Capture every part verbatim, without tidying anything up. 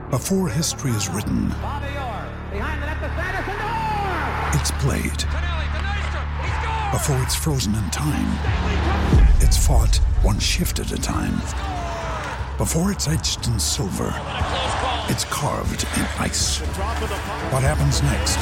Before history is written, it's played. Before it's frozen in time, it's fought one shift at a time. Before it's etched in silver, it's carved in ice. What happens next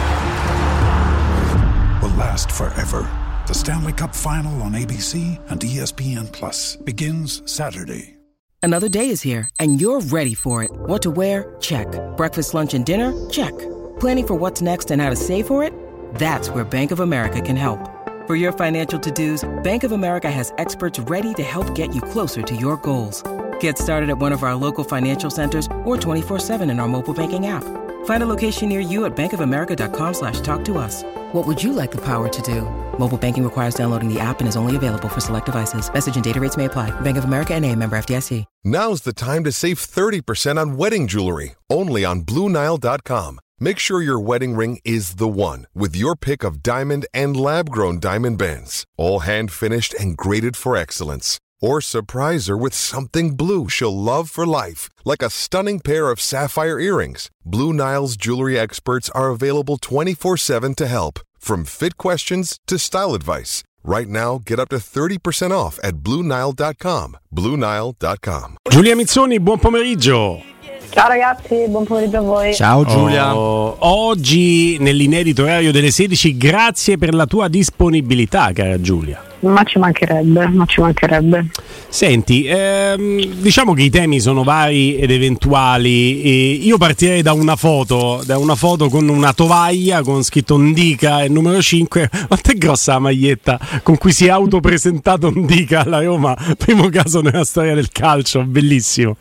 will last forever. The Stanley Cup Final on A B C and E S P N Plus begins Saturday. Another day is here, and you're ready for it. What to wear? Check. Breakfast, lunch, and dinner? Check. Planning for what's next and how to save for it? That's where Bank of America can help. For your financial to-dos, Bank of America has experts ready to help get you closer to your goals. Get started at one of our local financial centers or twenty-four seven in our mobile banking app. Find a location near you at bankofamerica.com slash talk to us. What would you like the power to do? Mobile banking requires downloading the app and is only available for select devices. Message and data rates may apply. Bank of America N A, member F D I C. Now's the time to save thirty percent on wedding jewelry, only on Blue Nile dot com. Make sure your wedding ring is the one with your pick of diamond and lab-grown diamond bands, all hand-finished and graded for excellence. Or surprise her with something blue she'll love for life, like a stunning pair of sapphire earrings. Blue Nile's jewelry experts are available twenty-four seven to help, from fit questions to style advice. Right now, get up to thirty percent off at Blue Nile dot com. Blue Nile dot com. Giulia Mizzoni, buon pomeriggio. Ciao ragazzi, buon pomeriggio a voi. Ciao Giulia. Oh, oggi nell'inedito orario delle sedici, grazie per la tua disponibilità, cara Giulia. Ma ci mancherebbe, ma ci mancherebbe. Senti, ehm, diciamo che i temi sono vari ed eventuali. E io partirei da una foto, da una foto con una tovaglia con scritto Ndica e numero cinque. Quanto è grossa la maglietta con cui si è autopresentato Ndica alla Roma? Primo caso nella storia del calcio, bellissimo.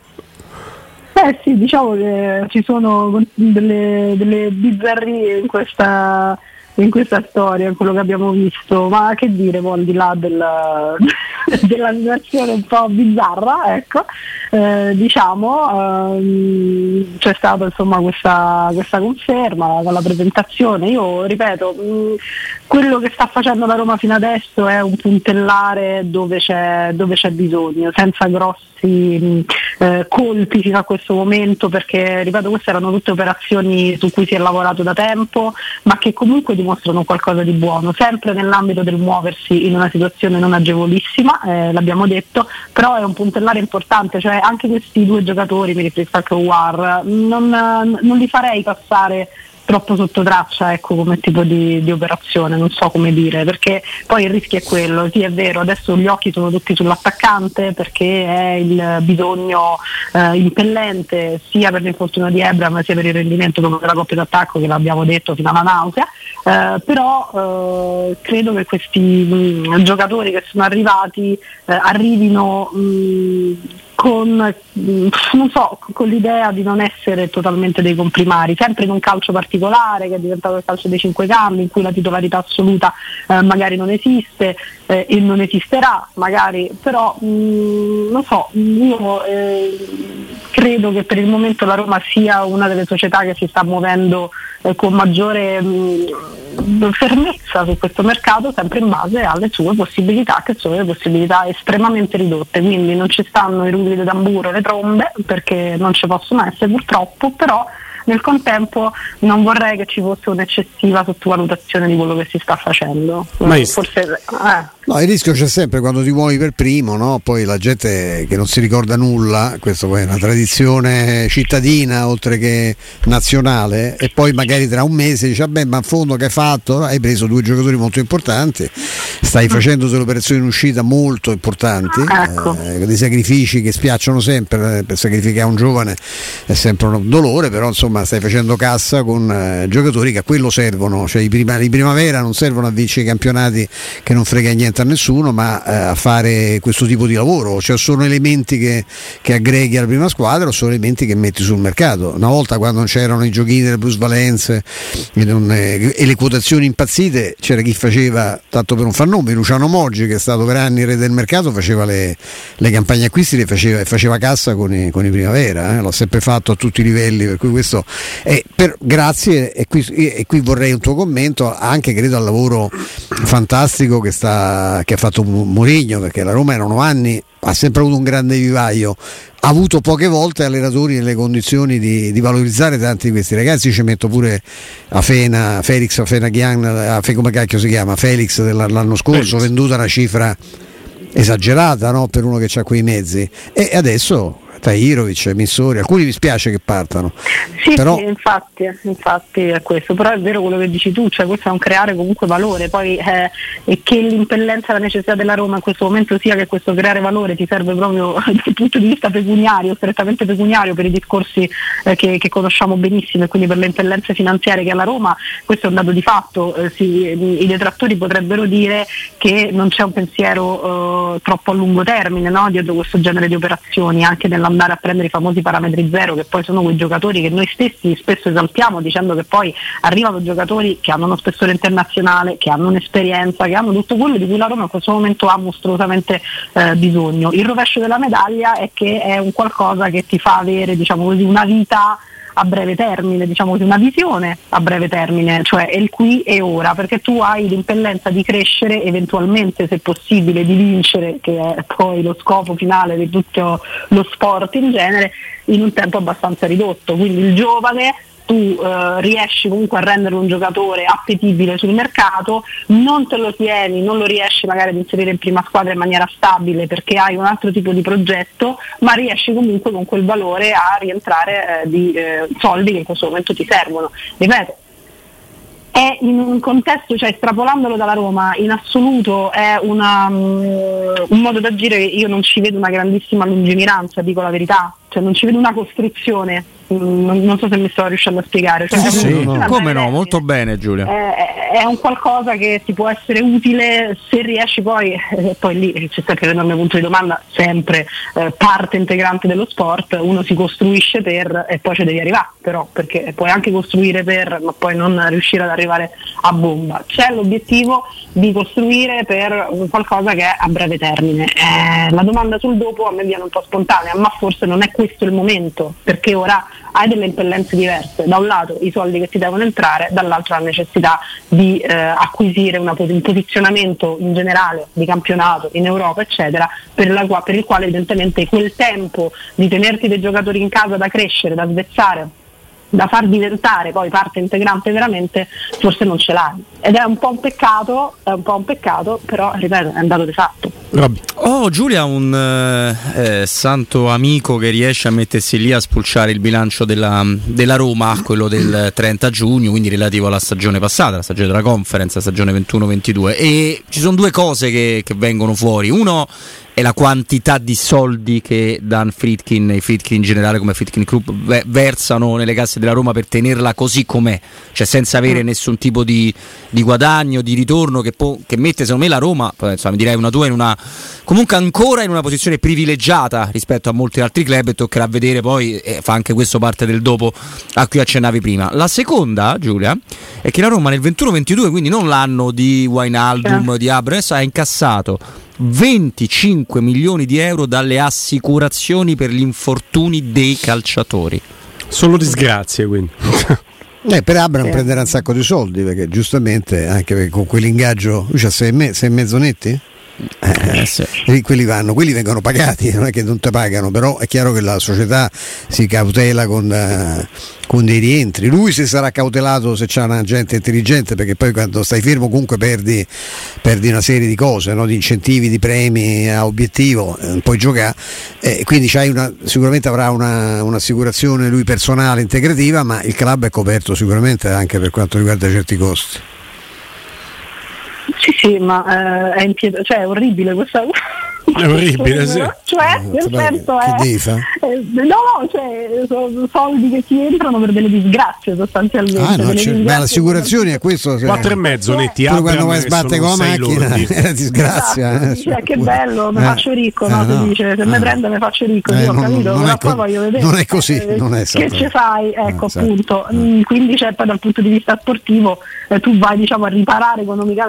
Eh sì, diciamo che ci sono delle, delle bizzarrie in questa, in questa storia, quello che abbiamo visto, ma che dire, poi al di là della, della situazione un po' bizzarra, ecco, eh, diciamo, ehm, c'è stata insomma questa, questa conferma con la presentazione. Io ripeto, mh, quello che sta facendo la Roma fino adesso è un puntellare dove c'è, dove c'è bisogno, senza grossi mh, eh, colpi fino a questo momento, perché ripeto, queste erano tutte operazioni su cui si è lavorato da tempo, ma che comunque dimostrano qualcosa di buono, sempre nell'ambito del muoversi in una situazione non agevolissima, eh, l'abbiamo detto, però è un puntellare importante, cioè anche questi due giocatori, mi riferisco anche a War, non, non li farei passare troppo sotto traccia, ecco, come tipo di, di operazione, non so come dire, perché poi il rischio è quello. Sì, è vero, adesso gli occhi sono tutti sull'attaccante perché è il bisogno eh, impellente sia per l'infortunio di Ebram sia per il rendimento proprio della coppia d'attacco, che l'abbiamo detto fino alla nausea, eh, però eh, credo che questi mh, giocatori che sono arrivati eh, arrivino mh, con, non so, con l'idea di non essere totalmente dei comprimari, sempre in un calcio particolare che è diventato il calcio dei cinque cambi, in cui la titolarità assoluta eh, magari non esiste eh, e non esisterà magari, però mh, non so, io eh, credo che per il momento la Roma sia una delle società che si sta muovendo eh, con maggiore mh, fermezza su questo mercato, sempre in base alle sue possibilità, che sono le possibilità estremamente ridotte, quindi non ci stanno i rulli di tamburo e le trombe, perché non ci possono essere purtroppo, però nel contempo non vorrei che ci fosse un'eccessiva sottovalutazione di quello che si sta facendo. Forse, eh. No, il rischio c'è sempre quando ti muovi per primo, no? Poi la gente che non si ricorda nulla, questo poi è una tradizione cittadina oltre che nazionale, e poi magari tra un mese dici vabbè, ma in fondo che hai fatto? Hai preso due giocatori molto importanti, stai facendo delle operazioni in uscita molto importanti, ecco. eh, dei sacrifici che spiacciono sempre, per sacrificare un giovane è sempre un dolore, però insomma stai facendo cassa con eh, giocatori che a quello servono, cioè i, prima, i primavera non servono a vincere i campionati che non frega niente a nessuno, ma eh, a fare questo tipo di lavoro, cioè sono elementi che, che aggreghi alla prima squadra o sono elementi che metti sul mercato. Una volta, quando c'erano i giochini delle plusvalenze e, non, eh, e le quotazioni impazzite, c'era chi faceva, tanto per non far nome, Luciano Moggi, che è stato per anni re del mercato, faceva le, le campagne acquisti, le faceva, faceva cassa con i, con i primavera, eh? L'ha sempre fatto a tutti i livelli, per cui questo è per, grazie, e qui, e qui vorrei un tuo commento anche, credo, al lavoro fantastico che sta che ha fatto Mourinho, perché la Roma erano anni ha sempre avuto un grande vivaio, ha avuto poche volte allenatori nelle condizioni di, di valorizzare tanti di questi ragazzi. Ci metto pure a Fena, Felix Afenaghian, a Fe, come cacchio si chiama, Felix dell'anno scorso, Felix. Venduta una cifra esagerata, no? Per uno che ha quei mezzi, e adesso Tahirovic, Missori, alcuni mi spiace che partano. Sì, però... sì, infatti, infatti è questo, però è vero quello che dici tu, cioè questo è un creare comunque valore, poi eh, e che l'impellenza, la necessità della Roma in questo momento sia che questo creare valore ti serve proprio dal punto di vista pecuniario, strettamente pecuniario, per i discorsi eh, che, che conosciamo benissimo, e quindi per le impellenze finanziarie che ha la Roma, questo è un dato di fatto. Eh, sì, i detrattori potrebbero dire che non c'è un pensiero eh, troppo a lungo termine, no? Dietro questo genere di operazioni, anche nella andare a prendere i famosi parametri zero, che poi sono quei giocatori che noi stessi spesso esaltiamo dicendo che poi arrivano giocatori che hanno uno spessore internazionale, che hanno un'esperienza, che hanno tutto quello di cui la Roma in questo momento ha mostruosamente eh, bisogno. Il rovescio della medaglia è che è un qualcosa che ti fa avere, diciamo così, una vita a breve termine, diciamo così, una visione a breve termine, cioè è il qui e ora, perché tu hai l'impellenza di crescere, eventualmente se possibile di vincere, che è poi lo scopo finale di tutto lo sport in genere, in un tempo abbastanza ridotto. Quindi il giovane tu eh, riesci comunque a renderlo un giocatore appetibile sul mercato, non te lo tieni, non lo riesci magari ad inserire in prima squadra in maniera stabile perché hai un altro tipo di progetto, ma riesci comunque con quel valore a rientrare eh, di eh, soldi che in questo momento ti servono. Ripeto, è in un contesto, cioè estrapolandolo dalla Roma, in assoluto è una, um, un modo d'agire che io non ci vedo una grandissima lungimiranza, dico la verità, cioè non ci vedo una costruzione. Non, non so se mi sto riuscendo a spiegare, cioè, sì, sì, no. Come no, termine. molto bene Giulia. È, è un qualcosa che ti può essere utile se riesci poi, eh, poi lì c'è sempre il mio punto di domanda, sempre eh, parte integrante dello sport, uno si costruisce per e poi ci devi arrivare, però perché puoi anche costruire per ma poi non riuscire ad arrivare a bomba. C'è l'obiettivo di costruire per un qualcosa che è a breve termine. Eh, la domanda sul dopo a me viene un po' spontanea, ma forse non è questo il momento, perché ora hai delle impellenze diverse, da un lato i soldi che ti devono entrare, dall'altro la necessità di eh, acquisire una, un posizionamento in generale di campionato in Europa eccetera, per, la, per il quale evidentemente quel tempo di tenerti dei giocatori in casa da crescere, da svezzare, da far diventare poi parte integrante veramente, forse non ce l'hai, ed è un po' un peccato, è un po' un peccato, però ripeto, è un dato di fatto. Oh, Giulia, un eh, santo amico che riesce a mettersi lì a spulciare il bilancio della, della Roma, quello del trenta giugno, quindi relativo alla stagione passata, la stagione della Conference, la stagione ventuno ventidue, e ci sono due cose che, che vengono fuori. Uno è la quantità di soldi che Dan Friedkin e Friedkin in generale come Friedkin Club versano nelle casse della Roma per tenerla così com'è, cioè senza avere nessun tipo di, di guadagno, di ritorno, che, può, che mette secondo me la Roma, insomma, direi una tua in una comunque ancora in una posizione privilegiata rispetto a molti altri club, e toccherà vedere poi, e fa anche questo parte del dopo a cui accennavi prima. La seconda, Giulia, è che la Roma nel ventuno ventidue, quindi non l'anno di Wijnaldum, di Abrams, ha incassato venticinque milioni di euro dalle assicurazioni per gli infortuni dei calciatori. Solo disgrazie, quindi. Eh, per Abram eh. prenderà un sacco di soldi, perché giustamente anche perché con quell'ingaggio lui c'ha sei, me- sei e mezzo netti? Eh, sì. Quelli vanno, quelli vengono pagati, non è che non te pagano, però è chiaro che la società si cautela con, uh, con dei rientri. Lui si sarà cautelato se c'è una gente intelligente, perché poi quando stai fermo comunque perdi, perdi una serie di cose, no? Di incentivi, di premi a obiettivo, eh, puoi giocare, eh, quindi c'hai una, sicuramente avrà una, un'assicurazione lui personale integrativa, ma il club è coperto sicuramente anche per quanto riguarda certi costi. Sì, sì, ma eh, è, impied- cioè, è orribile questa. È orribile, sì. Cioè, nel senso è. Che devi fare? Eh, no, no, cioè, sono soldi che ti entrano per delle disgrazie sostanzialmente. Ah, no, disgrazie, ma l'assicurazione è questo. Quattro e mezzo netti. Poi quando vai a sbattere con la macchina è una disgrazia. Esatto, eh, dice, cioè, che bello, mi eh, faccio ricco, eh, no? no, Si dice, se eh, mi prende mi faccio ricco, eh, io ho non, capito, non però è poi co- voglio vedere. non è così, eh, non è che ci fai? Ecco, eh, appunto. esatto. Mm, quindi c'è poi dal punto di vista sportivo eh, tu vai, diciamo, a riparare economicamente dei,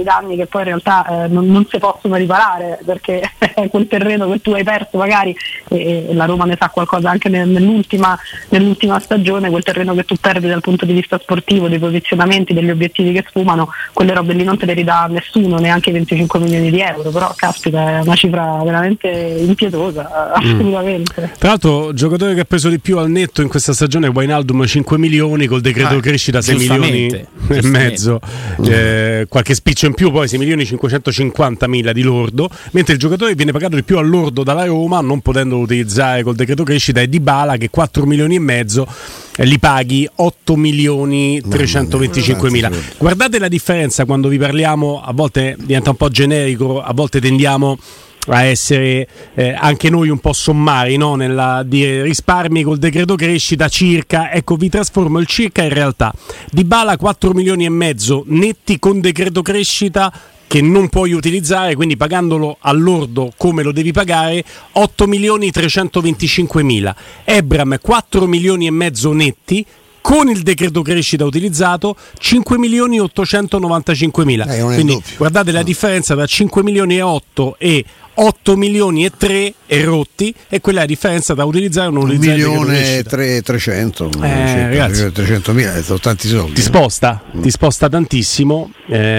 danni che poi in realtà eh, non, non si possono riparare, perché quel terreno che tu hai perso magari, e, e la Roma ne sa qualcosa anche nell'ultima, nell'ultima stagione, quel terreno che tu perdi dal punto di vista sportivo, dei posizionamenti, degli obiettivi che sfumano, quelle robe lì non te le ridà nessuno, neanche venticinque milioni di euro, però caspita, è una cifra veramente impietosa, assolutamente. Mm. Tra l'altro, giocatore che ha preso di più al netto in questa stagione è Wijnaldum, cinque milioni, col decreto ah, crescita sei milioni e mezzo, mm. eh, qualche spiccio in più, poi sei milioni cinquecentocinquantamila di lordo, mentre il giocatore che viene pagato di più al lordo dalla Roma, non potendolo utilizzare col decreto crescita, è Dybala, che quattro milioni e mezzo eh, li paghi otto milioni trecentoventicinquemila. Guardate la differenza quando vi parliamo, a volte diventa un po' generico, a volte tendiamo a essere eh, anche noi un po' sommari, no? Nella dire risparmi col decreto crescita circa, ecco, vi trasformo il circa in realtà. Dybala quattro milioni e mezzo netti con decreto crescita che non puoi utilizzare, quindi pagandolo all'ordo come lo devi pagare, otto milioni trecentoventicinquemila. Ebram quattro milioni e mezzo netti con il decreto crescita utilizzato, cinque milioni ottocentonovantacinquemila. Eh, quindi guardate la differenza tra cinque milioni e otto e otto milioni e tre e rotti, e quella è la differenza tra utilizzare o non utilizzare. Un milione e trecento, eh, ragazzi, trecentomila, sono tanti soldi. Ti sposta, mm. ti sposta tantissimo,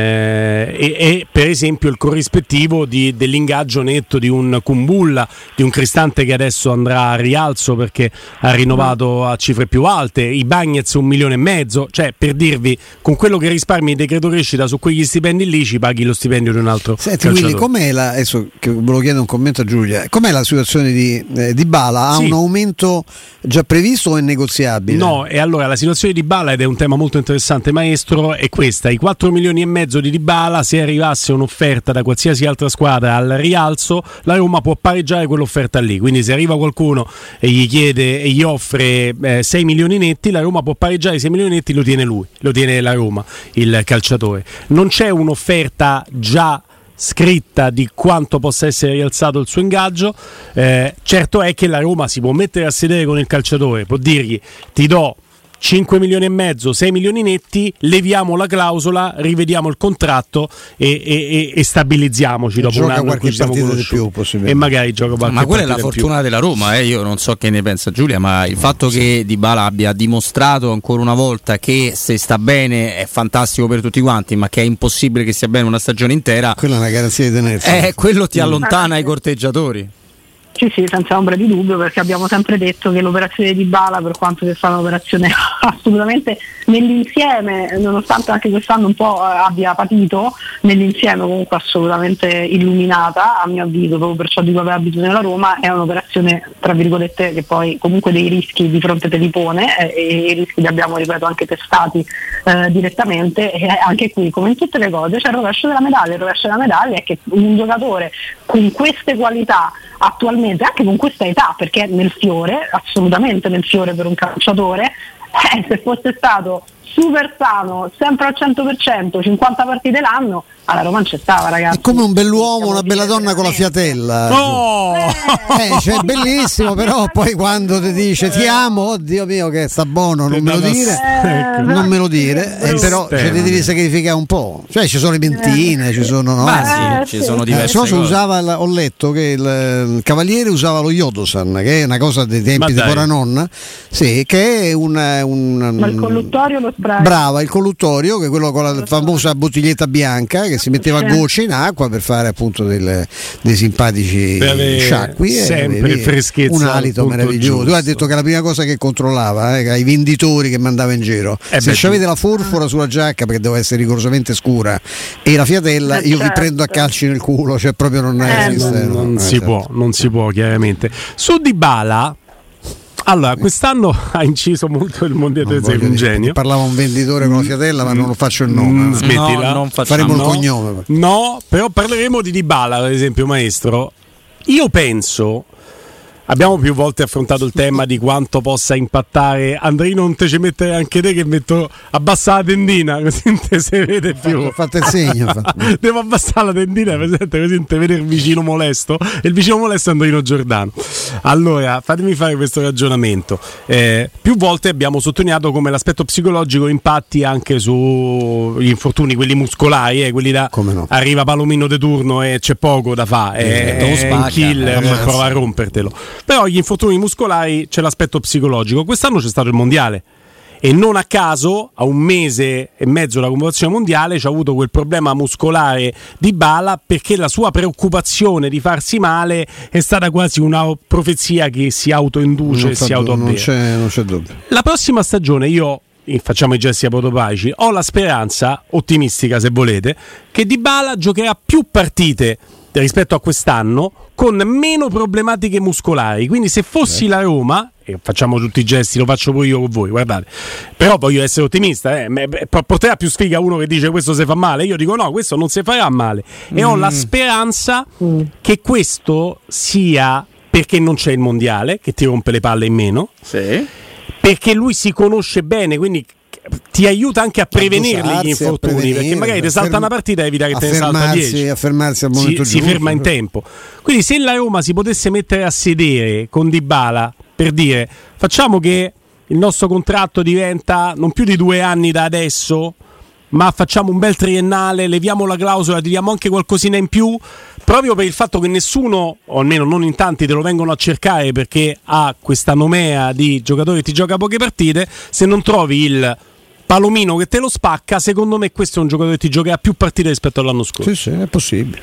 eh, e, e per esempio il corrispettivo di, dell'ingaggio netto di un Kumbulla, di un Cristante che adesso andrà a rialzo perché ha rinnovato a cifre più alte, i Bagnez un milione e mezzo, cioè per dirvi, con quello che risparmi il decreto crescita su quegli stipendi lì ci paghi lo stipendio di un altro. Senti, quindi com'è la, adesso che volevo chiedere un commento a Giulia, com'è la situazione di eh, Dybala? Ha sì. un aumento già previsto o è negoziabile? No, e allora la situazione di Dybala, ed è un tema molto interessante maestro, è questa: i quattro milioni e mezzo di Dybala, se arrivasse un'offerta da qualsiasi altra squadra al rialzo, la Roma può pareggiare quell'offerta lì, quindi se arriva qualcuno e gli chiede e gli offre eh, sei milioni netti, la Roma può pareggiare i sei milioni netti, lo tiene lui, lo tiene la Roma, il calciatore. Non c'è un'offerta già scritta di quanto possa essere rialzato il suo ingaggio, eh, certo è che la Roma si può mettere a sedere con il calciatore, può dirgli ti do cinque milioni e mezzo, sei milioni netti, leviamo la clausola, rivediamo il contratto e, e, e stabilizziamoci dopo un anno in cui siamo conosciuti, e magari gioca qualche ma quella è la fortuna più. della Roma, eh? Io non so che ne pensa Giulia, ma il fatto sì. che Dybala abbia dimostrato ancora una volta che se sta bene è fantastico per tutti quanti, ma che è impossibile che stia bene una stagione intera, quella è una garanzia di tenersi, eh, quello ti allontana ai corteggiatori. Sì, sì, senza ombra di dubbio, perché abbiamo sempre detto che l'operazione di Dybala, per quanto sia stata un'operazione assolutamente nell'insieme, nonostante anche quest'anno un po' abbia patito, nell'insieme comunque assolutamente illuminata, a mio avviso, proprio perciò di cui aveva bisogno la Roma, è un'operazione tra virgolette che poi comunque dei rischi di fronte te li pone, eh, e i rischi li abbiamo, ripeto, anche testati eh, direttamente, e anche qui, come in tutte le cose, c'è il rovescio della medaglia. Il rovescio della medaglia è che un giocatore con queste qualità attualmente, anche con questa età, perché è nel fiore, assolutamente nel fiore per un calciatore, eh, se fosse stato super sano, sempre al cento per cento, cinquanta partite l'anno, alla Roma non c'è stava, ragazzi. È come un bell'uomo, una bella donna con la fiatella. No! Eh, cioè, bellissimo, però poi quando ti dice ti amo, oddio mio che sta buono, non me lo dire, eh, non me lo dire, eh, però cioè, ti devi sacrificare un po'. Cioè ci sono le mentine, ci sono, no? Ma sì, ci sono diverse eh, usava, ho letto che il, il Cavaliere usava lo Yodosan, che è una cosa dei tempi di Pora Nonna, sì, che è un, un ma il colluttorio lo spray. Brava, il colluttorio, che è quello con la famosa bottiglietta bianca che si metteva a goccia in acqua per fare appunto delle, dei simpatici sciacqui, sempre e, freschezza, un alito meraviglioso. Tu hai detto che la prima cosa che controllava, eh, ai venditori che mandava in giro, eh se beh, avete la forfora sulla giacca, perché deve essere rigorosamente scura, e la fiatella, io certo. vi prendo a calci nel culo, cioè proprio non eh, esiste, non, non no? si eh, può, certo. non si può chiaramente. Su Dybala, allora, quest'anno ha inciso molto il Mondiale, sei un genio. Parlava un venditore con la fiatella, ma non lo faccio il nome. Mm, smettila. No, non faremo no, il cognome. No, però parleremo di Dybala, ad esempio, maestro. Io penso Abbiamo più volte affrontato il tema di quanto possa impattare. Andrino, non te ci mettere anche te che metto abbassa la tendina così non te si vede più. Ho fatto il segno. Devo abbassare la tendina, presente, così non te vede il vicino molesto. E il vicino molesto è Andrino Giordano. Allora, fatemi fare questo ragionamento. Eh, più volte abbiamo sottolineato come l'aspetto psicologico impatti anche sugli infortuni, quelli muscolari, eh, quelli da come no. Arriva Palomino de turno e c'è poco da fare, eh, è, è un killer, eh, prova a rompertelo. Però gli infortuni muscolari c'è l'aspetto psicologico. Quest'anno c'è stato il mondiale e non a caso a un mese e mezzo dalla convocazione mondiale c'ha avuto quel problema muscolare Dybala, perché la sua preoccupazione di farsi male è stata quasi una profezia che si autoinduce e si autoavvera. Non c'è, non c'è dubbio. La prossima stagione io, facciamo i gesti apotopaici, ho la speranza, ottimistica se volete, che Dybala giocherà più partite rispetto a quest'anno con meno problematiche muscolari. Quindi se fossi eh. la Roma, e facciamo tutti i gesti, lo faccio pure io con voi, guardate, però voglio essere ottimista, eh. Porterà più sfiga uno che dice questo si fa male, io dico no, questo non si farà male, mm. e ho la speranza mm. che questo sia perché non c'è il mondiale che ti rompe le palle in meno, sì. perché lui si conosce bene, quindi ti aiuta anche a prevenirli gli infortuni, perché magari ti salta una partita e evita che te ne salta dieci, affermarsi al momento si, giusto, si ferma in tempo. Quindi se la Roma si potesse mettere a sedere con Dybala per dire facciamo che il nostro contratto diventa non più di due anni da adesso, ma facciamo un bel triennale, leviamo la clausola, ti diamo anche qualcosina in più, proprio per il fatto che nessuno, o almeno non in tanti, te lo vengono a cercare perché ha questa nomea di giocatori che ti gioca poche partite. Se non trovi il Palomino che te lo spacca, secondo me questo è un giocatore che ti giocherà più partite rispetto all'anno scorso. Sì, sì, è possibile.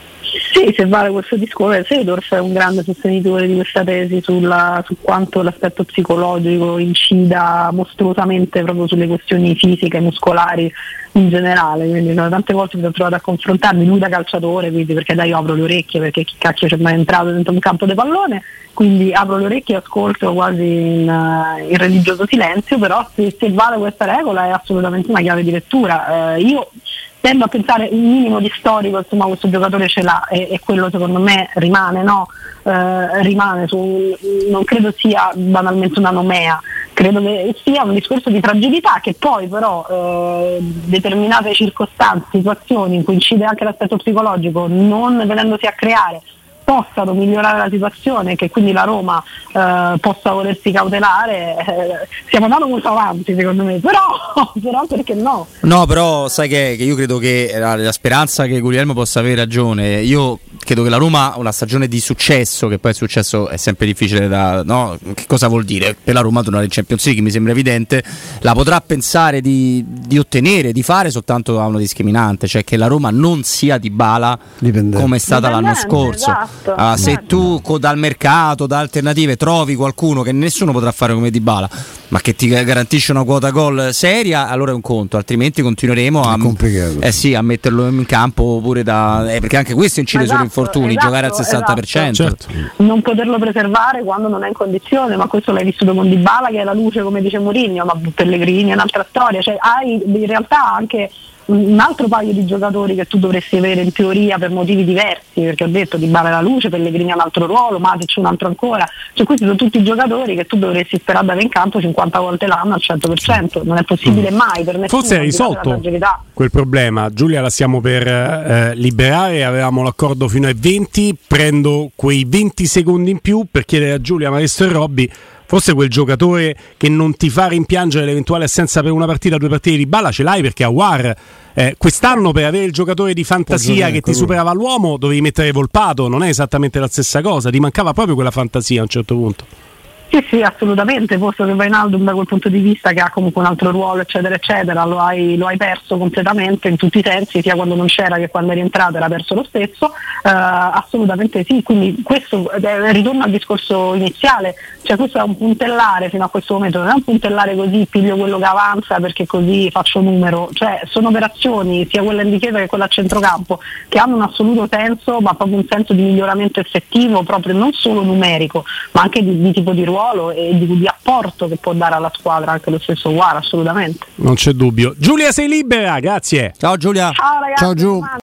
Sì, se vale questo discorso, Seedorf è un grande sostenitore di questa tesi sulla, su quanto l'aspetto psicologico incida mostruosamente proprio sulle questioni fisiche e muscolari in generale, quindi no, tante volte mi sono trovato a confrontarmi, lui da calciatore, quindi perché dai io apro le orecchie, perché chi cacchio c'è mai entrato dentro un campo di pallone, quindi apro le orecchie e ascolto quasi in, uh, in religioso silenzio, però se, se vale questa regola è assolutamente una chiave di lettura. Uh, io tendo a pensare un minimo di storico, insomma questo giocatore ce l'ha e, e quello secondo me rimane, no? Uh, rimane su, non credo sia banalmente una nomea, credo che sia un discorso di fragilità che poi però eh, determinate circostanze, situazioni in cui incide anche l'aspetto psicologico, non vedendosi a creare, possano migliorare la situazione, che quindi la Roma eh, possa volersi cautelare, eh, stiamo andando molto avanti secondo me, però, però perché no? No, però sai che, che io credo che la, la speranza che Guglielmo possa avere ragione, io credo che la Roma una stagione di successo, che poi il successo è sempre difficile da, no? Che cosa vuol dire? Per la Roma tornare in Champions League mi sembra evidente, la potrà pensare di, di ottenere, di fare soltanto a una discriminante, cioè che la Roma non sia Dybala come è stata l'anno scorso. Esatto. Uh, se tu co, dal mercato, da alternative trovi qualcuno che nessuno potrà fare come Dybala, ma che ti garantisce una quota gol seria, allora è un conto, altrimenti continueremo a, eh sì, a metterlo in campo pure da eh, perché anche questo incide esatto, sugli infortuni, esatto, giocare al sessanta per cento, esatto. Certo. Non poterlo preservare quando non è in condizione, ma questo l'hai vissuto con Dybala che è la luce, come dice Mourinho, ma Pellegrini è un'altra storia, cioè hai in realtà anche un altro paio di giocatori che tu dovresti avere in teoria per motivi diversi, perché ho detto Dybala è la luce, Pellegrini ha un altro ruolo, Matic un altro ancora, cioè questi sono tutti giocatori che tu dovresti sperare ad avere in campo cinquanta volte l'anno al cento per cento, non è possibile mai per nessuno. Forse è risolto quel problema, Giulia, la stiamo per eh, liberare, avevamo l'accordo fino ai venti, prendo quei venti secondi in più per chiedere a Giulia, Maestro e Robby, forse quel giocatore che non ti fa rimpiangere l'eventuale assenza per una partita, due partite di Dybala ce l'hai, perché a War eh, quest'anno per avere il giocatore di fantasia che ti superava l'uomo dovevi mettere Volpato, non è esattamente la stessa cosa, ti mancava proprio quella fantasia a un certo punto. Sì, sì, assolutamente, posto che Wijnaldum da quel punto di vista, che ha comunque un altro ruolo eccetera eccetera, lo hai, lo hai perso completamente in tutti i sensi, sia quando non c'era che quando è rientrato era perso lo stesso, uh, assolutamente sì, quindi questo eh, ritorno al discorso iniziale, cioè questo è un puntellare fino a questo momento, non è un puntellare così piglio quello che avanza perché così faccio numero, cioè sono operazioni sia quella in difesa che quella a centrocampo che hanno un assoluto senso, ma proprio un senso di miglioramento effettivo, proprio non solo numerico ma anche di, di tipo di ruolo e di, di apporto che può dare alla squadra anche lo stesso War, assolutamente. Non c'è dubbio. Giulia, sei libera, grazie. Ciao Giulia. Ciao ragazzi. Ciao Giù.